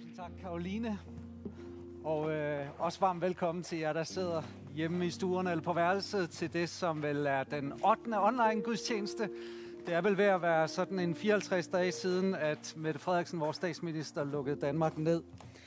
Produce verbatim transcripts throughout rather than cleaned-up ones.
Tusind tak, Karoline. Og øh, også varmt velkommen til jer, der sidder hjemme i stuerne eller på værelset til det, som vel er den ottende online gudstjeneste. Det er vel ved at være sådan en fireoghalvtreds dage siden, at Mette Frederiksen, vores statsminister, lukkede Danmark ned.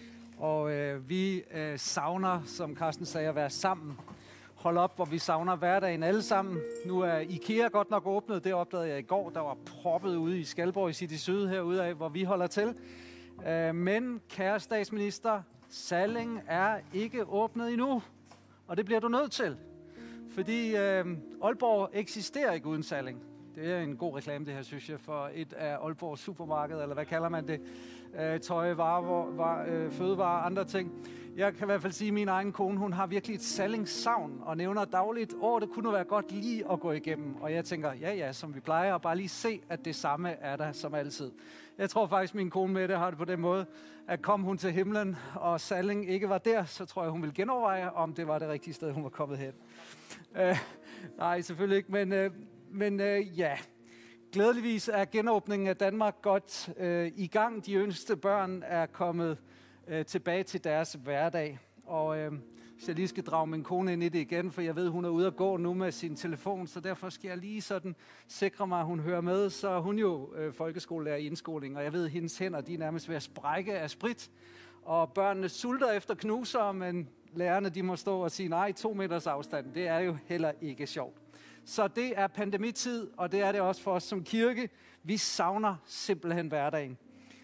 Og øh, vi øh, savner, som Carsten sagde, at være sammen. Hold op, hvor vi savner hverdagen alle sammen. Nu er IKEA godt nok åbnet. Det opdagede jeg i går. Der var proppet ude i Skalborg i City Syd herude af, hvor vi holder til. Øh, men, kære statsminister, Salling er ikke åbnet endnu. Og det bliver du nødt til. Fordi øh, Aalborg eksisterer ikke uden Salling. Det er en god reklame, det her, synes jeg, for et af Aalborgs supermarkeder, eller hvad kalder man det? Øh, tøj, varer, var, øh, fødevarer, andre ting. Jeg kan i hvert fald sige, at min egen kone, hun har virkelig et Salling-savn, og nævner dagligt, åh, det kunne nu være godt lige at gå igennem. Og jeg tænker, ja ja, som vi plejer, og bare lige se, at det samme er der som altid. Jeg tror faktisk, min kone Mette har det på den måde, at kom hun til himlen, og Salling ikke var der, så tror jeg, hun ville genoverveje, om det var det rigtige sted, hun var kommet hen. Øh, nej, selvfølgelig ikke, men, øh, men øh, ja... Glædeligvis er genåbningen af Danmark godt øh, i gang. De yngste børn er kommet øh, tilbage til deres hverdag. Og øh, hvis jeg lige skal drage min kone ind i det igen, for jeg ved, hun er ude at gå nu med sin telefon, så derfor skal jeg lige sådan sikre mig, at hun hører med. Så er hun jo øh, folkeskolelærer i indskoling, og jeg ved, at hendes hænder de er nærmest ved at sprække af sprit. Og børnene sulter efter knuser, men lærerne de må stå og sige nej, to meters afstand. Det er jo heller ikke sjovt. Så det er pandemitid, og det er det også for os som kirke. Vi savner simpelthen hverdagen.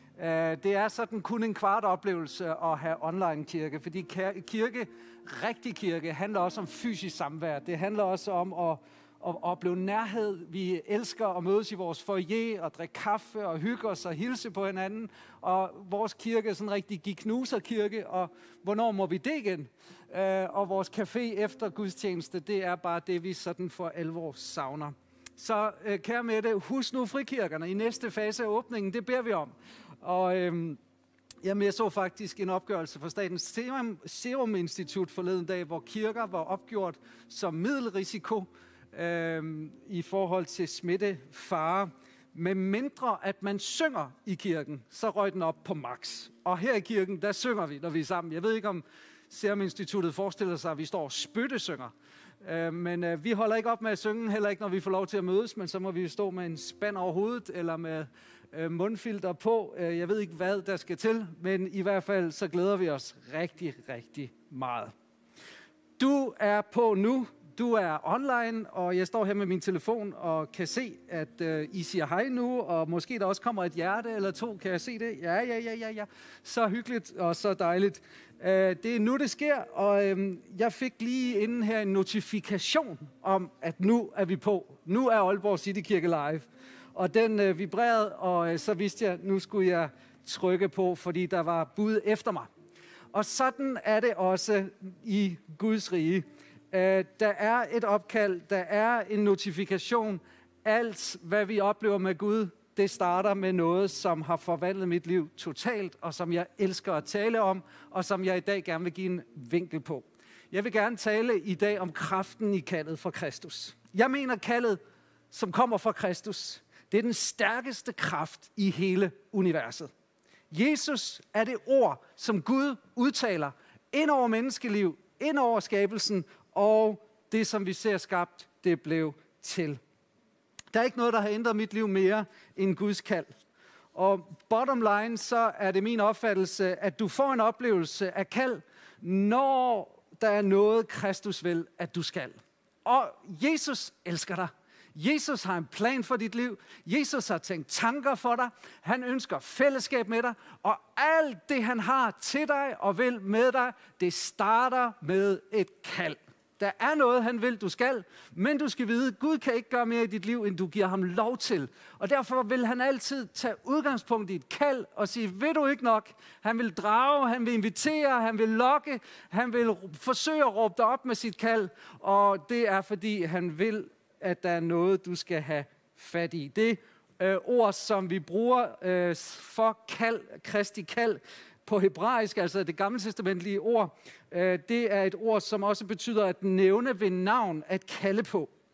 Det er sådan kun en kvart oplevelse at have online kirke, fordi kirke, rigtig kirke, handler også om fysisk samvær. Det handler også om at, at opleve nærhed. Vi elsker at mødes i vores foyer og drikke kaffe og hygge os og hilse på hinanden. Og vores kirke er sådan en rigtig giknuserkirke, og hvornår må vi det igen? Uh, og vores café efter gudstjeneste, det er bare det, vi sådan for alvor savner. Så uh, kære Mette, husk nu frikirkerne i næste fase af åbningen, det beder vi om. Og uh, jamen, jeg så faktisk en opgørelse fra Statens Serum, Serum Institut forleden dag, hvor kirker var opgjort som middelrisiko uh, i forhold til smittefare. Med mindre at man synger i kirken, så røg den op på max. Og her i kirken, der synger vi, når vi er sammen. Jeg ved ikke, om Serum Instituttet forestiller sig, at vi står og spyttesynger. Uh, men uh, vi holder ikke op med at synge, heller ikke når vi får lov til at mødes, men så må vi stå med en spand over hovedet, eller med uh, mundfilter på. Uh, jeg ved ikke, hvad der skal til, men i hvert fald så glæder vi os rigtig, rigtig meget. Du er på nu. Du er online, og jeg står her med min telefon og kan se, at øh, I siger hej nu, og måske der også kommer et hjerte eller to. Kan jeg se det? Ja, ja, ja, ja, ja. Så hyggeligt og så dejligt. Øh, det er nu, det sker, og øh, jeg fik lige inden her en notifikation om, at nu er vi på. Nu er Aalborg City Kirke live. Og den øh, vibrerede, og øh, så vidste jeg, nu skulle jeg trykke på, fordi der var bud efter mig. Og sådan er det også i Guds rige. Uh, der er et opkald, der er en notifikation. Alt, hvad vi oplever med Gud, det starter med noget, som har forvandlet mit liv totalt, og som jeg elsker at tale om, og som jeg i dag gerne vil give en vinkel på. Jeg vil gerne tale i dag om kraften i kaldet fra Kristus. Jeg mener, kaldet, som kommer fra Kristus, det er den stærkeste kraft i hele universet. Jesus er det ord, som Gud udtaler ind over menneskeliv, ind over skabelsen, og det, som vi ser skabt, det blev til. Der er ikke noget, der har ændret mit liv mere end Guds kald. Og bottom line, så er det min opfattelse, at du får en oplevelse af kald, når der er noget, Kristus vil, at du skal. Og Jesus elsker dig. Jesus har en plan for dit liv. Jesus har tænkt tanker for dig. Han ønsker fællesskab med dig. Og alt det, han har til dig og vil med dig, det starter med et kald. Der er noget, han vil, du skal, men du skal vide, at Gud kan ikke gøre mere i dit liv, end du giver ham lov til. Og derfor vil han altid tage udgangspunkt i et kald og sige, ved du ikke nok? Han vil drage, han vil invitere, han vil lokke, han vil forsøge at råbe dig op med sit kald. Og det er, fordi han vil, at der er noget, du skal have fat i. Det øh, ord, som vi bruger øh, for kald, Kristi kald, på hebraisk, altså det gamle testamentlige ord, øh, det er et ord, som også betyder at nævne ved navn, at kalde på.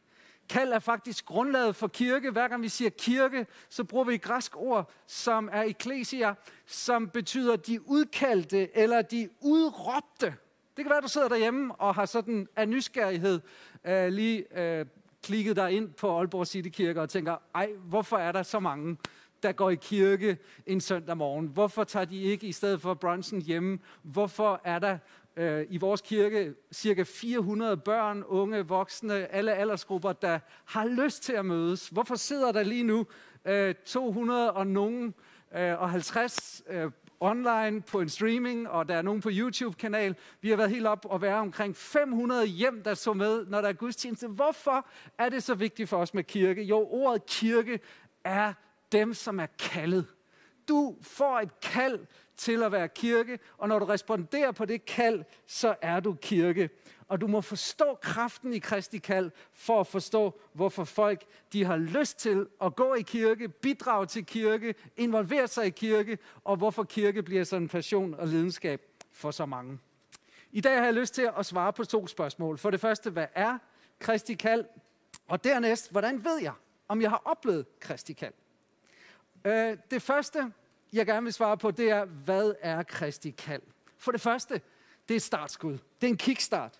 Kald er faktisk grundlaget for kirke. Hver gang vi siger kirke, så bruger vi et græsk ord, som er ekklesia, som betyder de udkaldte eller de udråbte. Det kan være, du sidder derhjemme og har sådan af nysgerrighed øh, lige øh, klikket dig ind på Aalborg City Kirke og tænker, ej, hvorfor er der så mange, der går i kirke en søndag morgen? Hvorfor tager de ikke i stedet for brunchen hjemme? Hvorfor er der øh, i vores kirke cirka fire hundrede børn, unge, voksne, alle aldersgrupper, der har lyst til at mødes? Hvorfor sidder der lige nu øh, to hundrede og nogen øh, og halvtreds øh, online på en streaming, og der er nogen på YouTube-kanal. Vi har været helt op og være omkring fem hundrede hjem, der så med, når der er gudstjeneste. Hvorfor er det så vigtigt for os med kirke? Jo, ordet kirke er dem, som er kaldet. Du får et kald til at være kirke, og når du responderer på det kald, så er du kirke. Og du må forstå kraften i Kristi kald, for at forstå, hvorfor folk de har lyst til at gå i kirke, bidrage til kirke, involvere sig i kirke, og hvorfor kirke bliver sådan en passion og lidenskab for så mange. I dag har jeg lyst til at svare på to spørgsmål. For det første, hvad er Kristi kald? Og dernæst, hvordan ved jeg, om jeg har oplevet Kristi kald? Øh, det første, jeg gerne vil svare på, det er, hvad er Kristi kald? For det første, det er et startskud. Det er en kickstart.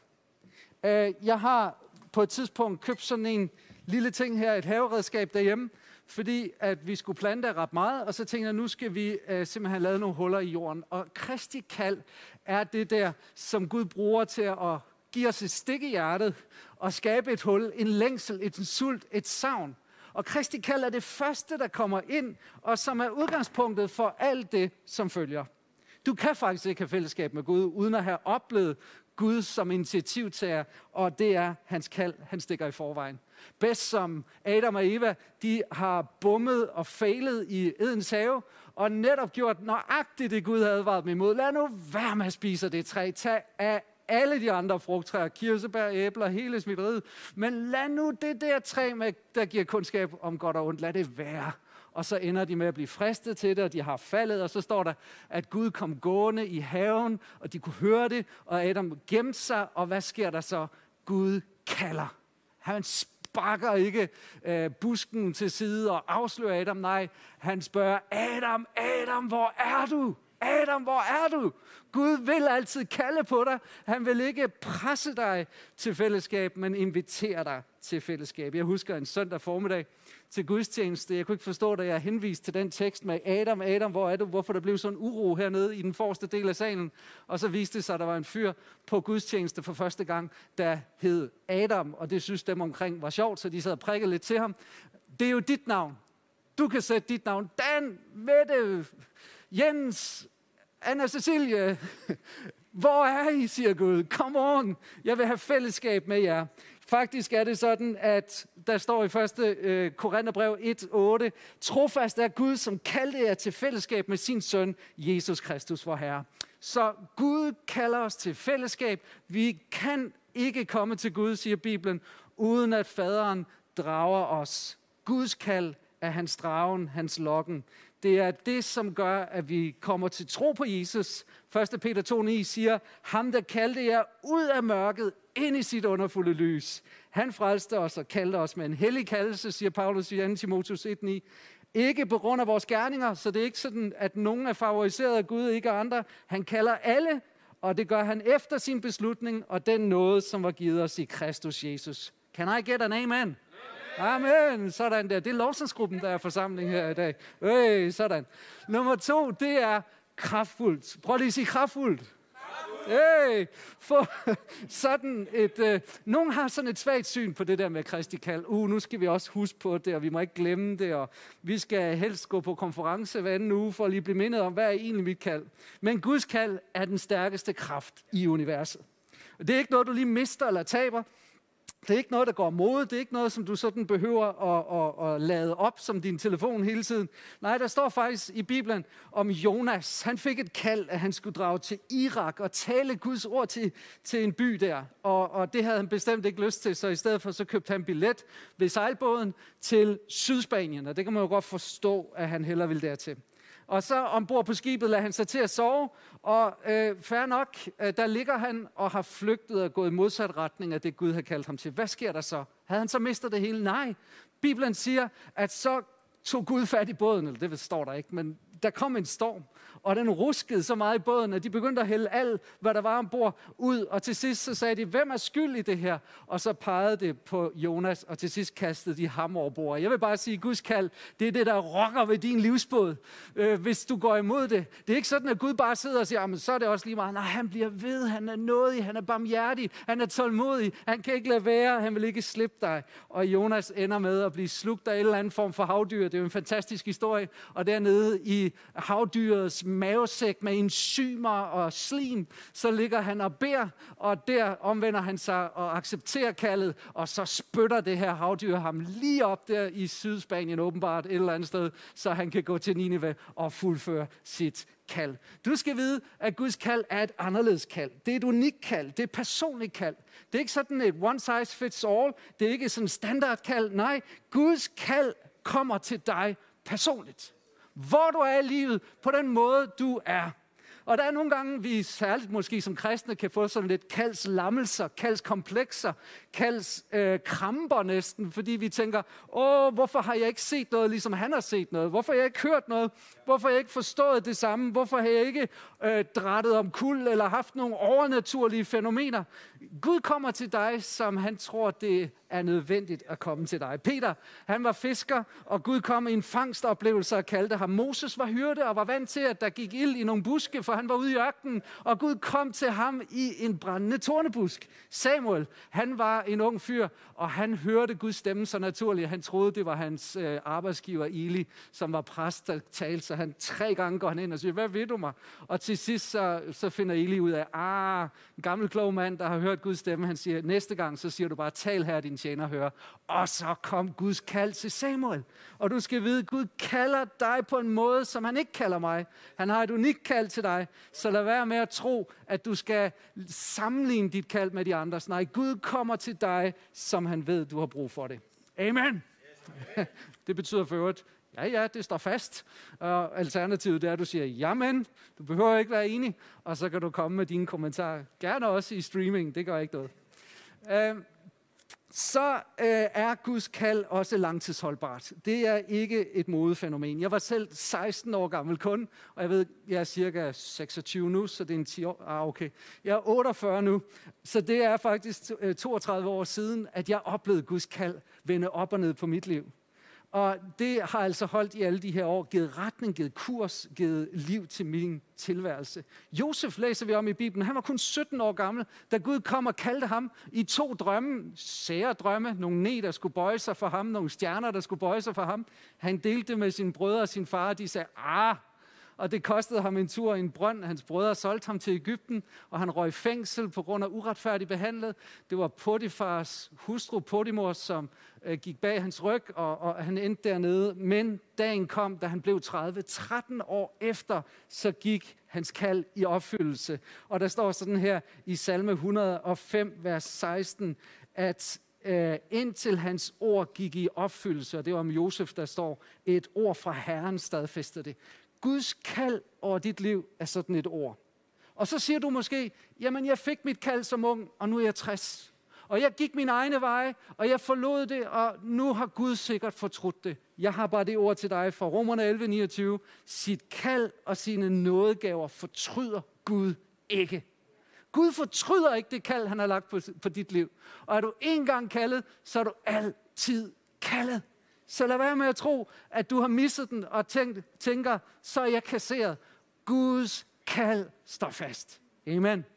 Øh, jeg har på et tidspunkt købt sådan en lille ting her, et haveredskab derhjemme, fordi at vi skulle plante ret meget, og så tænkte jeg, nu skal vi øh, simpelthen lave nogle huller i jorden. Og Kristi kald er det der, som Gud bruger til at give os et stik i hjertet, og skabe et hul, en længsel, et sult, et savn. Og Kristi kald er det første, der kommer ind, og som er udgangspunktet for alt det, som følger. Du kan faktisk ikke have fællesskab med Gud, uden at have oplevet Gud som initiativtager, og det er hans kald, han stikker i forvejen. Bedst som Adam og Eva, de har bummet og fejlet i Edens have, og netop gjort nøjagtigt det, Gud havde advaret dem imod. Lad nu være med at spise det træ. Tag af alle de andre frugttræer, kirsebær, æbler, hele smitteriet. Men lad nu det der træ, med, der giver kundskab om godt og ondt, lad det være. Og så ender de med at blive fristet til det, og de har faldet, og så står der, at Gud kom gående i haven, og de kunne høre det, og Adam gemte sig, og hvad sker der så? Gud kalder. Han sparker ikke øh, busken til side og afslører Adam, nej, han spørger, Adam, Adam, hvor er du? Adam, hvor er du? Gud vil altid kalde på dig. Han vil ikke presse dig til fællesskab, men invitere dig til fællesskab. Jeg husker en søndag formiddag til gudstjeneste. Jeg kunne ikke forstå, da jeg henviste til den tekst med Adam, Adam, hvor er du? Hvorfor der blev sådan en uro hernede i den forreste del af salen. Og så viste det sig, at der var en fyr på gudstjeneste for første gang, der hed Adam. Og det synes dem omkring var sjovt, så de sad og prikkede lidt til ham. Det er jo dit navn. Du kan sætte dit navn. Dan, Mette, Jens, Anna Cecilie, hvor er I, siger Gud. Come on, jeg vil have fællesskab med jer. Faktisk er det sådan, at der står i første øh, Korintherbrev et otte, trofast er Gud, som kaldte jer til fællesskab med sin søn, Jesus Kristus, vor Herre. Så Gud kalder os til fællesskab. Vi kan ikke komme til Gud, siger Bibelen, uden at faderen drager os. Guds kald er hans dragen, hans lokken. Det er det, som gør, at vi kommer til tro på Jesus. første Peter to ni siger, ham der kaldte jer ud af mørket, ind i sit underfulde lys. Han frelste os og kaldte os med en hellig kaldelse, siger Paulus i anden Timotheus et ni. Ikke på grund af vores gerninger, så det er ikke sådan, at nogen er favoriseret af Gud, ikke andre. Han kalder alle, og det gør han efter sin beslutning, og den nåde, som var givet os i Kristus Jesus. Can I get an amen? Amen. Sådan der. Det er lovsangsgruppen, der er forsamling her i dag. Øh, sådan. Nummer to, det er kraftfuldt. Prøv lige at sige kraftfuldt. Hey, for sådan et, øh, nogen har sådan et svagt syn på det der med Kristi kald. Uh, nu skal vi også huske på det, og vi må ikke glemme det, og vi skal helst gå på konference hver anden uge, for at lige blive mindet om, hvad er egentlig mit kald. Men Guds kald er den stærkeste kraft i universet. Det er ikke noget, du lige mister eller taber. Det er ikke noget, der går mod. Det er ikke noget, som du sådan behøver at, at, at lade op som din telefon hele tiden. Nej, der står faktisk i Bibelen om Jonas. Han fik et kald, at han skulle drage til Irak og tale Guds ord til, til en by der. Og, og det havde han bestemt ikke lyst til, så i stedet for så købte han billet ved sejlbåden til Sydspanien. Og det kan man jo godt forstå, at han hellere ville dertil. Og så ombord på skibet lader han sig til at sove, og øh, fair nok, øh, der ligger han og har flygtet og gået i modsat retning af det, Gud har kaldt ham til. Hvad sker der så? Havde han så mistet det hele? Nej. Bibelen siger, at så tog Gud fat i båden, eller det står der ikke, men der kom en storm, og den ruskede så meget i båden, at de begyndte at hælde alt, hvad der var ombord, ud. Og til sidst så sagde de, hvem er skyld i det her? Og så pegede det på Jonas, og til sidst kastede de ham over bord. Jeg vil bare sige, Guds kald, det er det, der rokker ved din livsbåd, øh, hvis du går imod det. Det er ikke sådan, at Gud bare sidder og siger, men så er det også lige meget. Nej, han bliver ved, han er nådig, han er barmhjertig, han er tålmodig, han kan ikke lade være, han vil ikke slippe dig. Og Jonas ender med at blive slugt af en eller anden form for havdyr. Det er jo en fantastisk historie. Og dernede i havdyrets mavesæk med enzymer og slim, så ligger han og beder, og der omvender han sig og accepterer kaldet, og så spytter det her havdyr ham lige op der i Sydspanien åbenbart et eller andet sted, så han kan gå til Nineve og fuldføre sit kald. Du skal vide, at Guds kald er et anderledes kald. Det er et unikt kald. Det er et personligt kald. Det er ikke sådan et one size fits all. Det er ikke sådan et standardkald. Nej, Guds kald kommer til dig personligt. Hvor du er i livet, på den måde, du er. Og der er nogle gange, vi særligt måske som kristne, kan få sådan lidt kaldslammelser, kaldskomplekser, kaldskramper øh, næsten, fordi vi tænker, åh, hvorfor har jeg ikke set noget, ligesom han har set noget? Hvorfor har jeg ikke hørt noget? Hvorfor har jeg ikke forstået det samme? Hvorfor har jeg ikke øh, drættet om kuld eller haft nogle overnaturlige fænomener? Gud kommer til dig, som han tror, det er nødvendigt at komme til dig. Peter, han var fisker, og Gud kom i en fangstoplevelse og kaldte ham. Moses var hyrde og var vant til, at der gik ild i nogle buske, for han var ude i ørkenen, og Gud kom til ham i en brændende tornebusk. Samuel, han var en ung fyr, og han hørte Guds stemme så naturligt. Han troede, det var hans øh, arbejdsgiver Eli, som var præst, der talte, så han tre gange går han ind og siger, hvad ved du mig? Og til sidst så, så finder Eli ud af, ah, en gammel klog mand, der har hørt Guds stemme, han siger, næste gang, så siger du bare, tal her, din tjener hører. Og så kom Guds kald til Samuel. Og du skal vide, Gud kalder dig på en måde, som han ikke kalder mig. Han har et unikt kald til dig, så lad være med at tro, at du skal sammenligne dit kald med de andres. Nej, Gud kommer til dig, som han ved, du har brug for det. Amen. Det betyder for øvrigt, ja, ja, det står fast. Og alternativet det er, at du siger, jamen, du behøver ikke være enig, og så kan du komme med dine kommentarer. Gerne også i streaming, det gør ikke noget. Uh, så øh, er Guds kald også langtidsholdbart. Det er ikke et modefænomen. Jeg var selv seksten år gammel kun, og jeg ved, jeg er cirka seksogtyve nu, så det er en ti år. Ah, okay. Jeg er otteogfyrre nu, så det er faktisk toogtredive år siden, at jeg oplevede Guds kald vende op og ned på mit liv. Og det har altså holdt i alle de her år, givet retning, givet kurs, givet liv til min tilværelse. Josef læser vi om i Bibelen. Han var kun sytten år gammel, da Gud kom og kaldte ham i to drømme, sære drømme. Nogle ne, der skulle bøje sig for ham, nogle stjerner, der skulle bøje sig for ham. Han delte det med sine brødre og sin far, og de sagde, ah, og det kostede ham en tur i en brønd. Hans brødre solgte ham til Egypten, og han røg i fængsel på grund af uretfærdigt behandlet. Det var Potifars hustru Potimor, som øh, gik bag hans ryg, og, og han endte dernede. Men dagen kom, da han blev tredive. tretten år efter, så gik hans kald i opfyldelse. Og der står sådan her i salme et hundrede og fem, vers seksten, at Uh, indtil hans ord gik i opfyldelse, og det var om Josef, der står, et ord fra Herren stadfæster det. Guds kald over dit liv er sådan et ord. Og så siger du måske, jamen jeg fik mit kald som ung, og nu er jeg tres. Og jeg gik min egne veje, og jeg forlod det, og nu har Gud sikkert fortrudt det. Jeg har bare det ord til dig fra Romerne elleve niogtyve. Sit kald og sine nådegaver fortryder Gud ikke. Gud fortryder ikke det kald, han har lagt på, på dit liv. Og er du en gang kaldet, så er du altid kaldet. Så lad være med at tro, at du har misset den og tænkt, tænker, så er jeg kasseret. Guds kald står fast. Amen.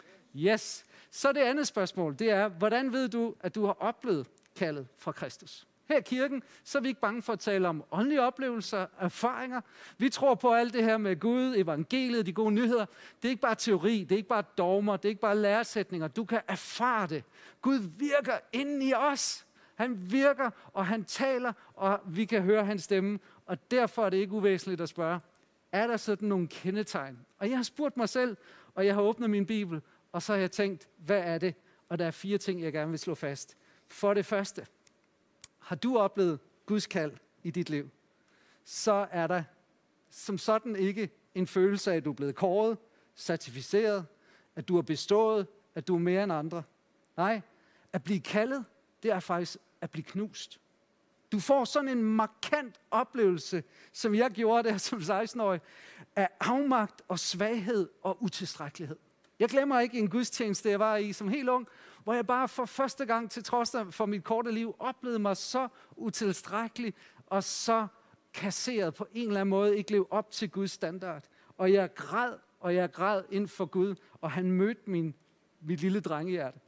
Yes. Så det andet spørgsmål, det er, hvordan ved du, at du har oplevet kaldet fra Kristus? Her i kirken, så er vi ikke bange for at tale om åndelige oplevelser, erfaringer. Vi tror på alt det her med Gud, evangeliet, de gode nyheder. Det er ikke bare teori, det er ikke bare dogmer, det er ikke bare læresætninger. Du kan erfare det. Gud virker inden i os. Han virker, og han taler, og vi kan høre hans stemme. Og derfor er det ikke uvæsentligt at spørge, er der sådan nogle kendetegn? Og jeg har spurgt mig selv, og jeg har åbnet min bibel, og så har jeg tænkt, hvad er det? Og der er fire ting, jeg gerne vil slå fast. For det første, har du oplevet Guds kald i dit liv, så er der som sådan ikke en følelse af, at du er blevet kåret, certificeret, at du har bestået, at du er mere end andre. Nej, at blive kaldet, det er faktisk at blive knust. Du får sådan en markant oplevelse, som jeg gjorde der som seksten-årig, af afmagt og svaghed og utilstrækkelighed. Jeg glemmer ikke en gudstjeneste, jeg var i som helt ung, hvor jeg bare for første gang til trods for mit korte liv oplevede mig så utilstrækkelig og så kasseret på en eller anden måde, ikke leve op til Guds standard. Og jeg græd, og jeg græd ind for Gud, og han mødte min, mit lille drengehjerte.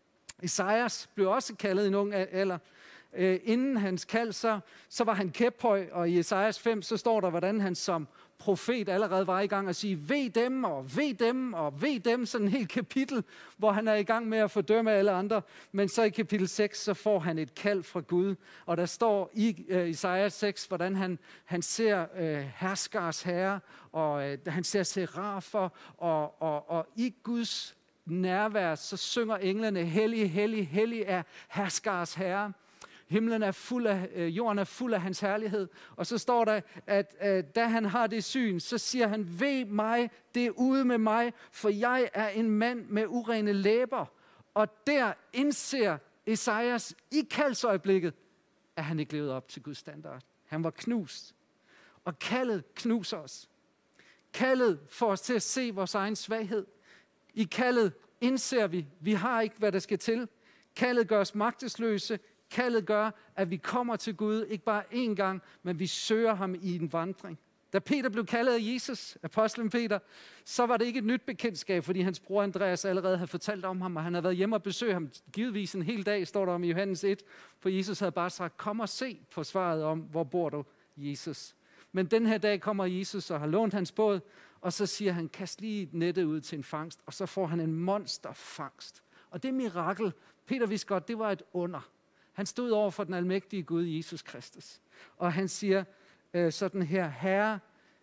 Esajas blev også kaldet i en ung alder. Øh, inden hans kald, så, så var han kæphøj, og i Esajas fem, så står der, hvordan han som profet allerede var i gang at sige, ved dem, og ved dem, og ved dem, sådan en helt kapitel, hvor han er i gang med at fordømme alle andre. Men så i kapitel seks, så får han et kald fra Gud, og der står i uh, Esajas seks, hvordan han, han ser uh, herskers herre, og uh, han ser serafer, og, og, og i Guds nærvær, så synger englene, hellig, hellig, hellig er herskers herre. Himlen er fuld af, øh, jorden er fuld af hans herlighed. Og så står der, at øh, da han har det syn, så siger han, ved mig, det er ude med mig, for jeg er en mand med urene læber. Og der indser Esajas i kaldsøjeblikket, at han ikke levede op til Guds standard. Han var knust. Og kaldet knuser os. Kaldet får os til at se vores egen svaghed. I kaldet indser vi, vi har ikke, hvad der skal til. Kaldet gør os magtesløse. Kaldet gør, at vi kommer til Gud, ikke bare én gang, men vi søger ham i en vandring. Da Peter blev kaldet af Jesus, apostlen Peter, så var det ikke et nyt bekendtskab, fordi hans bror Andreas allerede havde fortalt om ham, og han havde været hjemme og besøgt ham givetvis en hel dag, står der om i Johannes et, for Jesus havde bare sagt, kom og se på svaret om, hvor bor du, Jesus. Men den her dag kommer Jesus og har lånt hans båd, og så siger han, kast lige nettet ud til en fangst, og så får han en monsterfangst. Og det mirakel, Peter vidste godt, det var et under. Han stod over for den almægtige Gud, Jesus Kristus. Og han siger øh, sådan her, Herre,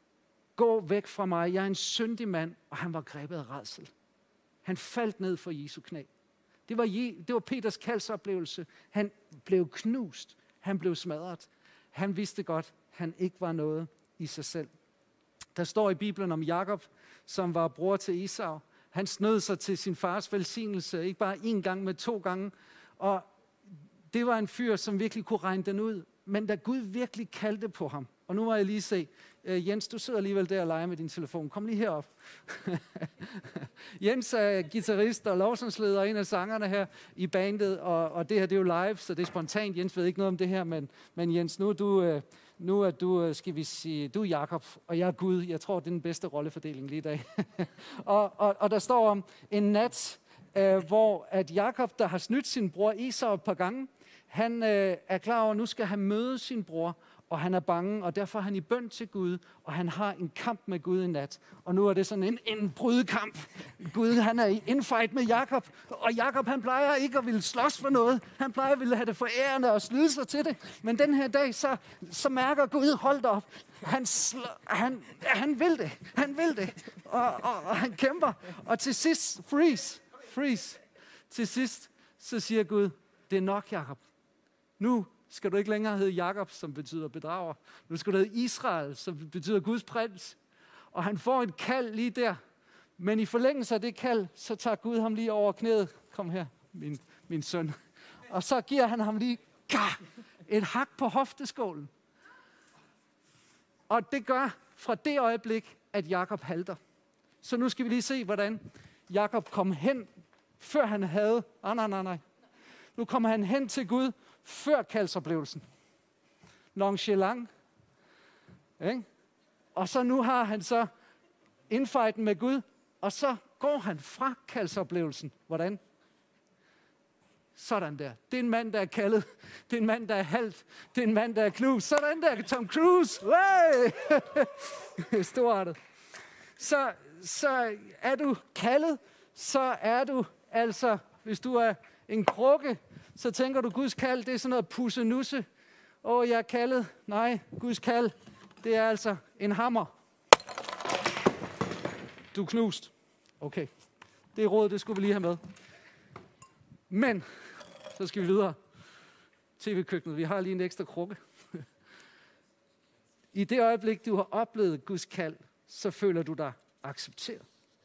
gå væk fra mig, jeg er en syndig mand. Og han var grebet af rædsel. Han faldt ned for Jesu knæ. Det var, det var Peters kaldsoplevelse. Han blev knust. Han blev smadret. Han vidste godt, han ikke var noget i sig selv. Der står i Bibelen om Jakob, som var bror til Esau. Han snød sig til sin fars velsignelse, ikke bare én gang, men to gange. Og det var en fyr, som virkelig kunne regne den ud. Men da Gud virkelig kaldte på ham, og nu må jeg lige se, uh, Jens, du sidder alligevel der og leger med din telefon. Kom lige herop. Jens er guitarist og lovsangsleder og en af sangerne her i bandet, og, og det her det er jo live, så det er spontant. Jens ved ikke noget om det her, men, men Jens, nu er du, uh, nu er du, uh, skal vi sige, du er Jakob, og jeg er Gud. Jeg tror, det er den bedste rollefordeling lige i dag. og, og, og der står om en nat, uh, hvor at Jakob, der har snydt sin bror Esau et par gange, han øh, er klar over, at nu skal han møde sin bror, og han er bange, og derfor er han i bøn til Gud, og han har en kamp med Gud i nat. Og nu er det sådan en, en brydekamp. Gud, han er i infight med Jakob, og Jakob, han plejer ikke at ville slås for noget. Han plejer at ville have det forærende og slyde sig til det. Men den her dag, så, så mærker Gud, hold op, han, sl- han, han vil det, han vil det, og, og, og han kæmper. Og til sidst, freeze, freeze. Til sidst, så siger Gud, det er nok, Jakob. Nu skal du ikke længere hedde Jakob, som betyder bedrager. Nu skal du hedde Israel, som betyder Guds prins. Og han får et kald lige der. Men i forlængelse af det kald, så tager Gud ham lige over knæet. Kom her, min, min søn. Og så giver han ham lige et hak på hofteskålen. Og det gør fra det øjeblik, at Jakob halter. Så nu skal vi lige se, hvordan Jakob kom hen, før han havde... Ah, nej, nej, nej. Nu kommer han hen til Gud, før kaldsoplevelsen. Nonchalant. Ikke? Og så nu har han så infighten med Gud, og så går han fra kaldsoplevelsen. Hvordan? Sådan der. Det er en mand, der er kaldet. Det er en mand, der er halvt. Det er en mand, der er knust. Sådan der, Tom Cruise. Hey! Storartet. Så, så er du kaldet, så er du altså, hvis du er en krukke, så tænker du, Guds kald, det er sådan noget pussenusse. Åh, jeg er kaldet. Nej, Guds kald, det er altså en hammer. Du er knust. Okay, det er råd, det skulle vi lige have med. Men, så skal vi videre. T V-køkkenet, vi har lige en ekstra krukke. I det øjeblik, du har oplevet Guds kald, så føler du dig accepteret.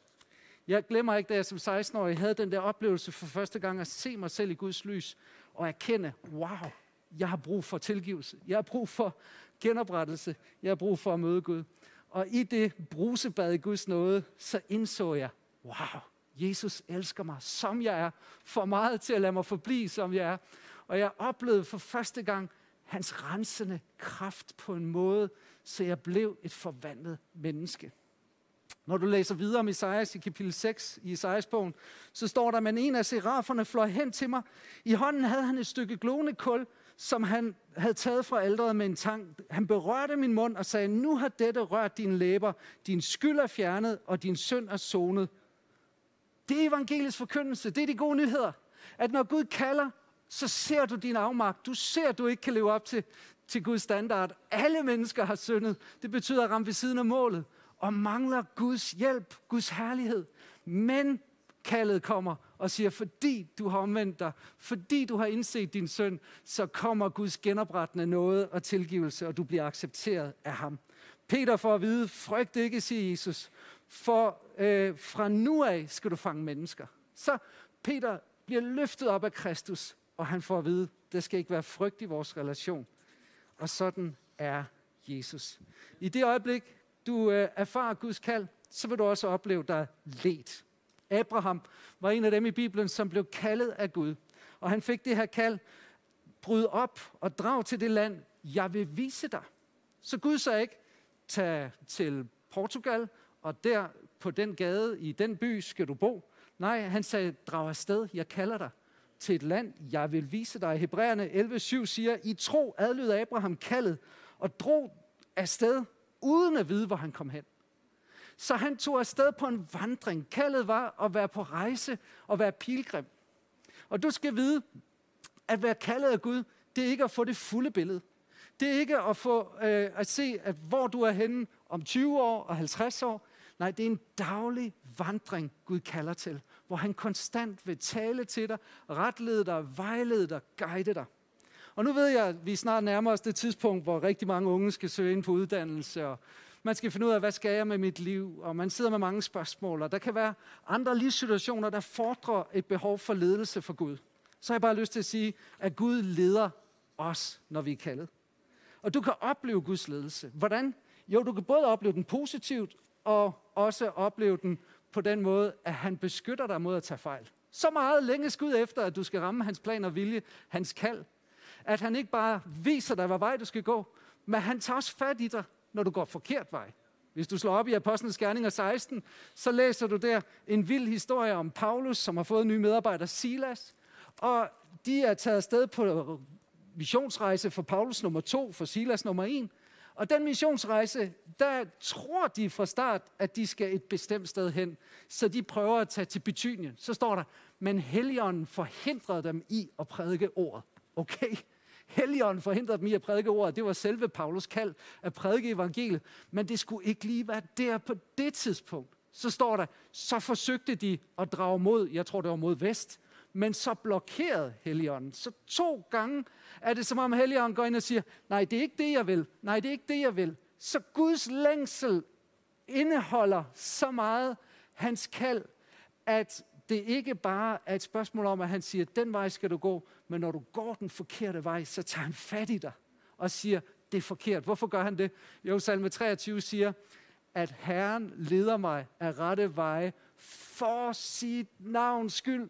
Jeg glemmer ikke, da jeg som seksten-årig havde den der oplevelse for første gang at se mig selv i Guds lys og erkende, wow, jeg har brug for tilgivelse. Jeg har brug for genoprettelse. Jeg har brug for at møde Gud. Og i det brusebad i Guds nåde, så indså jeg, wow, Jesus elsker mig, som jeg er. For meget til at lade mig forblive, som jeg er. Og jeg oplevede for første gang hans rensende kraft på en måde, så jeg blev et forvandlet menneske. Når du læser videre om Esajas i kapitel seks i Esajas-bogen, så står der, men en af seraferne fløj hen til mig. I hånden havde han et stykke glående kul, som han havde taget fra alteret med en tang. Han berørte min mund og sagde, nu har dette rørt dine læber, din skyld er fjernet, og din synd er sonet. Det er evangeliets forkyndelse, det er de gode nyheder. At når Gud kalder, så ser du din afmagt. Du ser, at du ikke kan leve op til, til Guds standard. Alle mennesker har syndet. Det betyder at ramme ved siden af målet. Og mangler Guds hjælp, Guds herlighed. Men kaldet kommer og siger, fordi du har omvendt dig, fordi du har indset din synd, så kommer Guds genoprettende nåde og tilgivelse, og du bliver accepteret af ham. Peter får at vide, frygt ikke, siger Jesus, for øh, fra nu af skal du fange mennesker. Så Peter bliver løftet op af Kristus, og han får at vide, der skal ikke være frygt i vores relation. Og sådan er Jesus. I det øjeblik, du øh, erfarer Guds kald, så vil du også opleve dig ledt. Abraham var en af dem i Bibelen, som blev kaldet af Gud. Og han fik det her kald, bryd op og drag til det land, jeg vil vise dig. Så Gud sagde ikke, tag til Portugal, og der på den gade, i den by, skal du bo. Nej, han sagde, drag afsted, jeg kalder dig til et land, jeg vil vise dig. Hebræerne elleve syv siger, i tro adlød Abraham kaldet, og drog afsted, uden at vide, hvor han kom hen. Så han tog afsted på en vandring. Kaldet var at være på rejse og være pilgrim. Og du skal vide, at være kaldet af Gud, det er ikke at få det fulde billede. Det er ikke at få øh, at se, at hvor du er henne om tyve år og halvtreds år. Nej, det er en daglig vandring, Gud kalder til, hvor han konstant vil tale til dig, retlede dig, vejlede dig, guide dig. Og nu ved jeg, at vi snart nærmer os det tidspunkt, hvor rigtig mange unge skal søge ind på uddannelse, og man skal finde ud af, hvad skal jeg med mit liv, og man sidder med mange spørgsmål, og der kan være andre livssituationer, der fordrer et behov for ledelse for Gud. Så har jeg bare lyst til at sige, at Gud leder os, når vi er kaldet. Og du kan opleve Guds ledelse. Hvordan? Jo, du kan både opleve den positivt, og også opleve den på den måde, at han beskytter dig mod at tage fejl. Så meget længes Gud efter, at du skal ramme hans plan og vilje, hans kald. At han ikke bare viser dig, hvad vej du skal gå, men han tager også fat i dig, når du går forkert vej. Hvis du slår op i Apostlenes Gerninger seksten, så læser du der en vild historie om Paulus, som har fået en ny medarbejder, Silas. Og de er taget afsted på missionsrejse for Paulus nummer to, for Silas nummer en. Og den missionsrejse, der tror de fra start, at de skal et bestemt sted hen. Så de prøver at tage til Bithynien. Så står der, men Helligånden forhindrede dem i at prædike ordet. Okay, Helligånden forhindrede dem i at prædike ordet. Det var selve Paulus kald at prædike evangeliet. Men det skulle ikke lige være der på det tidspunkt. Så står der, så forsøgte de at drage mod, jeg tror det var mod vest, men så blokerede Helligånden. Så to gange er det som om Helligånden går ind og siger, nej, det er ikke det, jeg vil. Nej, det er ikke det, jeg vil. Så Guds længsel indeholder så meget hans kald, at det ikke bare er et spørgsmål om, at han siger, den vej skal du gå, men når du går den forkerte vej, så tager han fat i dig og siger, det er forkert. Hvorfor gør han det? Jo, salme treogtyve siger, at Herren leder mig af rette veje for sit navns skyld.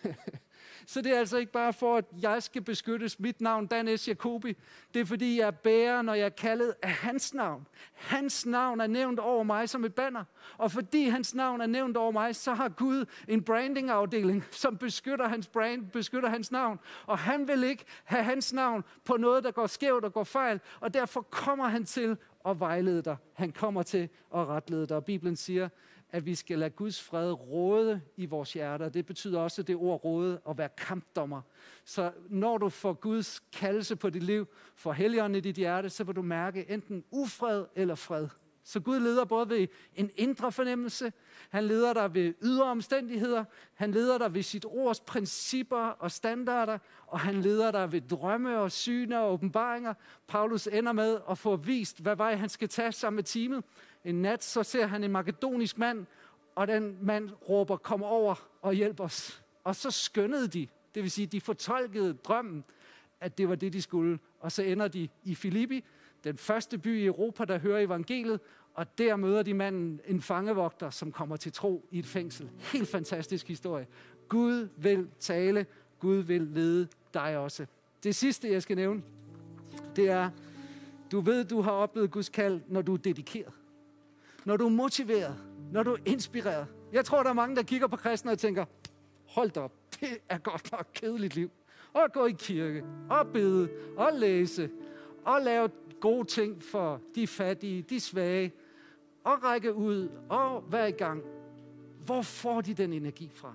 Så det er altså ikke bare for, at jeg skal beskyttes. Mit navn, Dan S. Jacobi. Det er fordi, jeg er bærer, når jeg er kaldet af hans navn. Hans navn er nævnt over mig som et banner. Og fordi hans navn er nævnt over mig, så har Gud en brandingafdeling, som beskytter hans brand, beskytter hans navn. Og han vil ikke have hans navn på noget, der går skævt og går fejl. Og derfor kommer han til at vejlede dig. Han kommer til at retlede dig. Og Bibelen siger, at vi skal lade Guds fred råde i vores hjerter. Det betyder også det ord råde at være kampdommer. Så når du får Guds kaldelse på dit liv, får Helligånden i dit hjerte, så vil du mærke enten ufred eller fred. Så Gud leder både ved en indre fornemmelse, han leder dig ved ydre omstændigheder, han leder dig ved sit ords principper og standarder, og han leder dig ved drømme og syner og åbenbaringer. Paulus ender med at få vist, hvad vej han skal tage sammen med teamet. En nat så ser han en makedonisk mand, og den mand råber, kom over og hjælp os. Og så skønnede de, det vil sige, de fortolkede drømmen, at det var det, de skulle. Og så ender de i Filippi, den første by i Europa, der hører evangeliet, og der møder de manden, en fangevogter, som kommer til tro i et fængsel. Helt fantastisk historie. Gud vil tale, Gud vil lede dig også. Det sidste, jeg skal nævne, det er, du ved, du har oplevet Guds kald, når du er dedikeret. Når du er motiveret, når du er inspireret. Jeg tror, der er mange, der kigger på kristne og tænker, hold op, det er godt nok kedeligt liv. Og gå i kirke, og bede, og læse, og lave gode ting for de fattige, de svage, og række ud, og være i gang. Hvor får de den energi fra?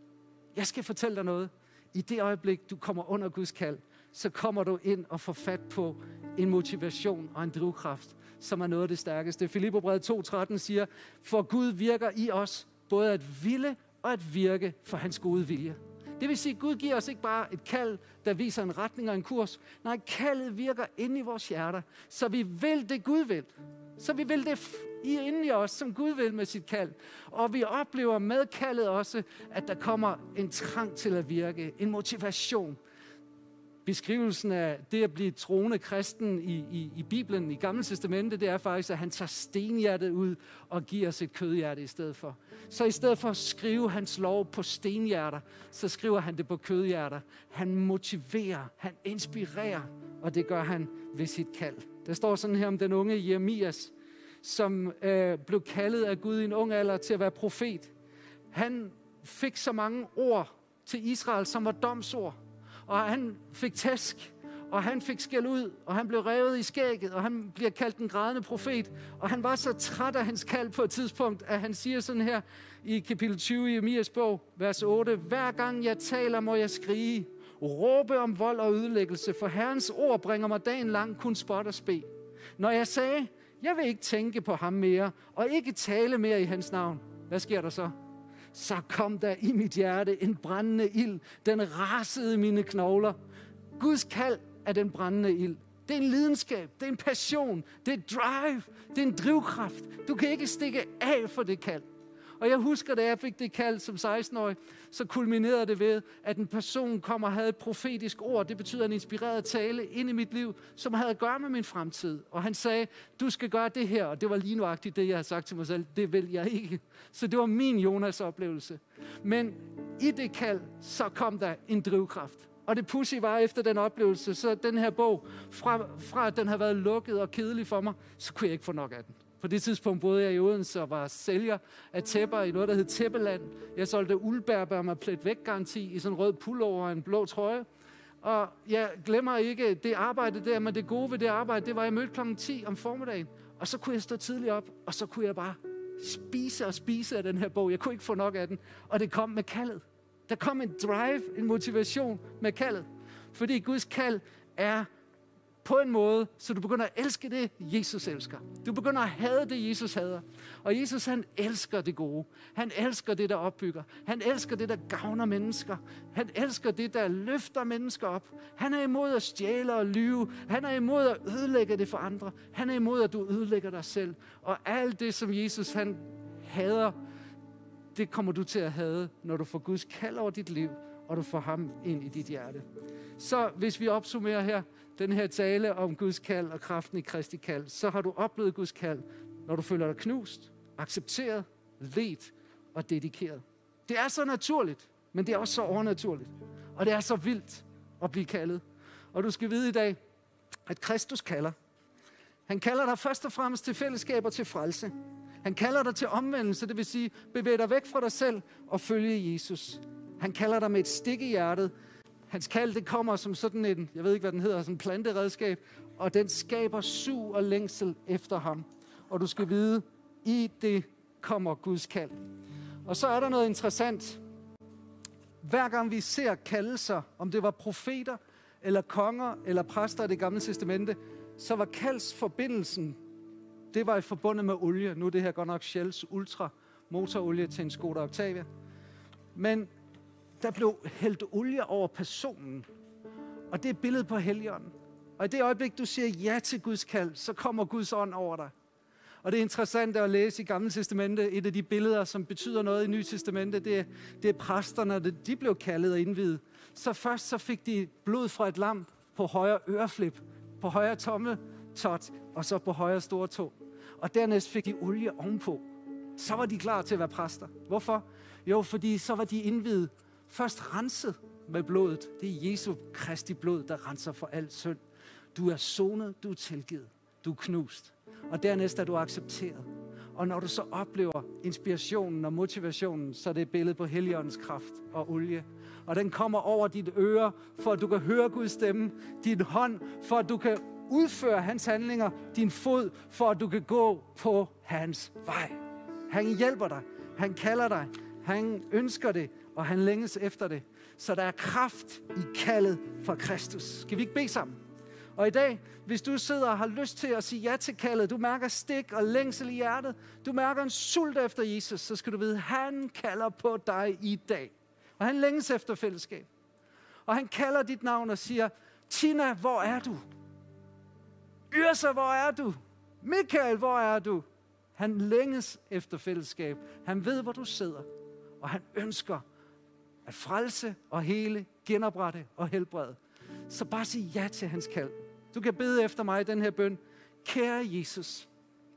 Jeg skal fortælle dig noget. I det øjeblik, du kommer under Guds kald, så kommer du ind og får fat på en motivation og en drivkraft, som er noget af det stærkeste. Filipperbrevet to tretten siger, for Gud virker i os både at ville og at virke for hans gode vilje. Det vil sige, at Gud giver os ikke bare et kald, der viser en retning og en kurs. Nej, kaldet virker inde i vores hjerter, så vi vil det Gud vil. Så vi vil det i inde i os, som Gud vil med sit kald. Og vi oplever med kaldet også, at der kommer en trang til at virke, en motivation. Beskrivelsen af det at blive troende kristen i, i, i Bibelen, i Gamle Testamente, det er faktisk, at han tager stenhjertet ud og giver os et kødhjerte i stedet for. Så i stedet for at skrive hans lov på stenhjerter, så skriver han det på kødhjerter. Han motiverer, han inspirerer, og det gør han ved sit kald. Der står sådan her om den unge Jeremias, som øh, blev kaldet af Gud i en ung alder til at være profet. Han fik så mange ord til Israel, som var domsord. Og han fik tæsk, og han fik skæld ud, og han blev revet i skægget, og han bliver kaldt den grædende profet. Og han var så træt af hans kald på et tidspunkt, at han siger sådan her i kapitel tyve i Jeremias bog, vers otte. Hver gang jeg taler, må jeg skrige, råbe om vold og ødelæggelse, for Herrens ord bringer mig dagen lang kun spot og spe. Når jeg sagde, jeg vil ikke tænke på ham mere, og ikke tale mere i hans navn, hvad sker der så? Så kom der i mit hjerte en brændende ild. Den rasede i mine knogler. Guds kald er den brændende ild. Det er en lidenskab, det er en passion, det er et drive, det er en drivkraft. Du kan ikke stikke af for det kald. Og jeg husker, da jeg fik det kald som seksten-årig, så kulminerede det ved, at en person kom og havde et profetisk ord. Det betyder en inspireret tale ind i mit liv, som havde at gøre med min fremtid. Og han sagde, du skal gøre det her. Og det var lige nuagtigt det, jeg havde sagt til mig selv. Det vil jeg ikke. Så det var min Jonas oplevelse. Men i det kald, så kom der en drivkraft. Og det pudsige var efter den oplevelse, så den her bog, fra, fra at den havde været lukket og kedelig for mig, så kunne jeg ikke få nok af den. På det tidspunkt boede jeg i Odense og var sælger af tæpper i noget, der hed Tæppeland. Jeg solgte uldbærbær med plet væk garanti i sådan en rød pullover og en blå trøje. Og jeg glemmer ikke det arbejde der, men det gode ved det arbejde, det var, at jeg mødte klokken ti om formiddagen. Og så kunne jeg stå tidligt op, og så kunne jeg bare spise og spise af den her bog. Jeg kunne ikke få nok af den, og det kom med kaldet. Der kom en drive, en motivation med kaldet. Fordi Guds kald er på en måde, så du begynder at elske det, Jesus elsker. Du begynder at hade det, Jesus hader. Og Jesus, han elsker det gode. Han elsker det, der opbygger. Han elsker det, der gavner mennesker. Han elsker det, der løfter mennesker op. Han er imod at stjæle og lyve. Han er imod at ødelægge det for andre. Han er imod, at du ødelægger dig selv. Og alt det, som Jesus han hader, det kommer du til at hade, når du får Guds kald over dit liv, og du får ham ind i dit hjerte. Så hvis vi opsummerer her, den her tale om Guds kald og kraften i Kristi kald, så har du oplevet Guds kald, når du føler dig knust, accepteret, ledt og dedikeret. Det er så naturligt, men det er også så overnaturligt. Og det er så vildt at blive kaldet. Og du skal vide i dag, at Kristus kalder. Han kalder dig først og fremmest til fællesskab og til frelse. Han kalder dig til omvendelse, det vil sige, bevæg dig væk fra dig selv og følge Jesus. Han kalder dig med et stik i hjertet. Hans kald, det kommer som sådan en, jeg ved ikke, hvad den hedder, sådan en planteredskab, og den skaber sug og længsel efter ham. Og du skal vide, i det kommer Guds kald. Og så er der noget interessant. Hver gang vi ser kaldelser, om det var profeter, eller konger, eller præster i Det Gamle Testamente, så var kaldsforbindelsen, det var forbundet med olie. Nu er det her godt nok Shells Ultra motorolie til en Skoda Octavia. Men der blev hældt olie over personen. Og det er et billede på Helligånden. Og i det øjeblik, du siger ja til Guds kald, så kommer Guds ånd over dig. Og det er interessant at læse i Gamle Testamente. Et af de billeder, som betyder noget i Nye Testamente, det er, det er præsterne, de blev kaldet og indviet. Så først så fik de blod fra et lam på højre øreflip, på højre tommeltot og så på højre store tå. Og dernæst fik de olie ovenpå. Så var de klar til at være præster. Hvorfor? Jo, fordi så var de indviet, først renset med blodet. Det er Jesu Kristi blod, der renser for al synd. Du er sonet, du er tilgivet, du er knust. Og dernæst er du accepteret. Og når du så oplever inspirationen og motivationen, så er det et billede på Helligåndens kraft og olie. Og den kommer over dit øre, for at du kan høre Guds stemme. Din hånd, for at du kan udføre hans handlinger. Din fod, for at du kan gå på hans vej. Han hjælper dig. Han kalder dig. Han ønsker det, og han længes efter det. Så der er kraft i kaldet fra Kristus. Skal vi ikke bede sammen? Og i dag, hvis du sidder og har lyst til at sige ja til kaldet, du mærker stik og længsel i hjertet, du mærker en sult efter Jesus, så skal du vide, at han kalder på dig i dag. Og han længes efter fællesskab. Og han kalder dit navn og siger, Tina, hvor er du? Yrsa, hvor er du? Michael, hvor er du? Han længes efter fællesskab. Han ved, hvor du sidder. Og han ønsker at frelse og hele, genoprette og helbrede. Så bare sig ja til hans kald. Du kan bede efter mig i den her bøn. Kære Jesus,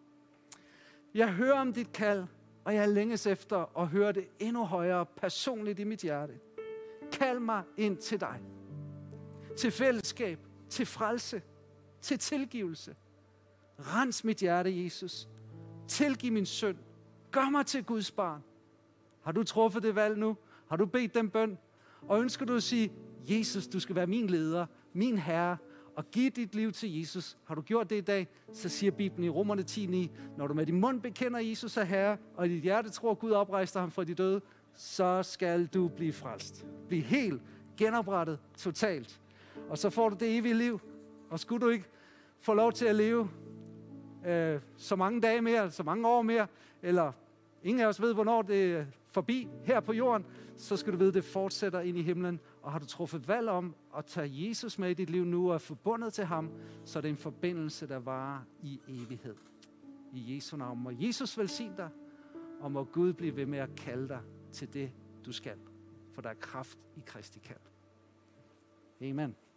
jeg hører om dit kald, og jeg længes efter at høre det endnu højere personligt i mit hjerte. Kald mig ind til dig. Til fællesskab, til frelse, til tilgivelse. Rens mit hjerte, Jesus. Tilgiv min synd. Gør mig til Guds barn. Har du truffet det valg nu? Har du bedt den bøn? Og ønsker du at sige, Jesus, du skal være min leder, min herre, og give dit liv til Jesus. Har du gjort det i dag, så siger Bibelen i Romerne ti ni, når du med din mund bekender Jesus er herre, og i dit hjerte tror, Gud oprejste ham fra de døde, så skal du blive frelst. Bliv helt genoprettet totalt. Og så får du det evige liv. Og skulle du ikke få lov til at leve øh, så mange dage mere, så mange år mere, eller ingen af os ved, hvornår det er forbi her på jorden, så skal du vide, at det fortsætter ind i himlen. Og har du truffet valg om at tage Jesus med i dit liv nu og er forbundet til ham, så er det en forbindelse, der varer i evighed. I Jesu navn. Må Jesus velsigne dig, og må Gud blive ved med at kalde dig til det, du skal. For der er kraft i Kristi kald. Amen.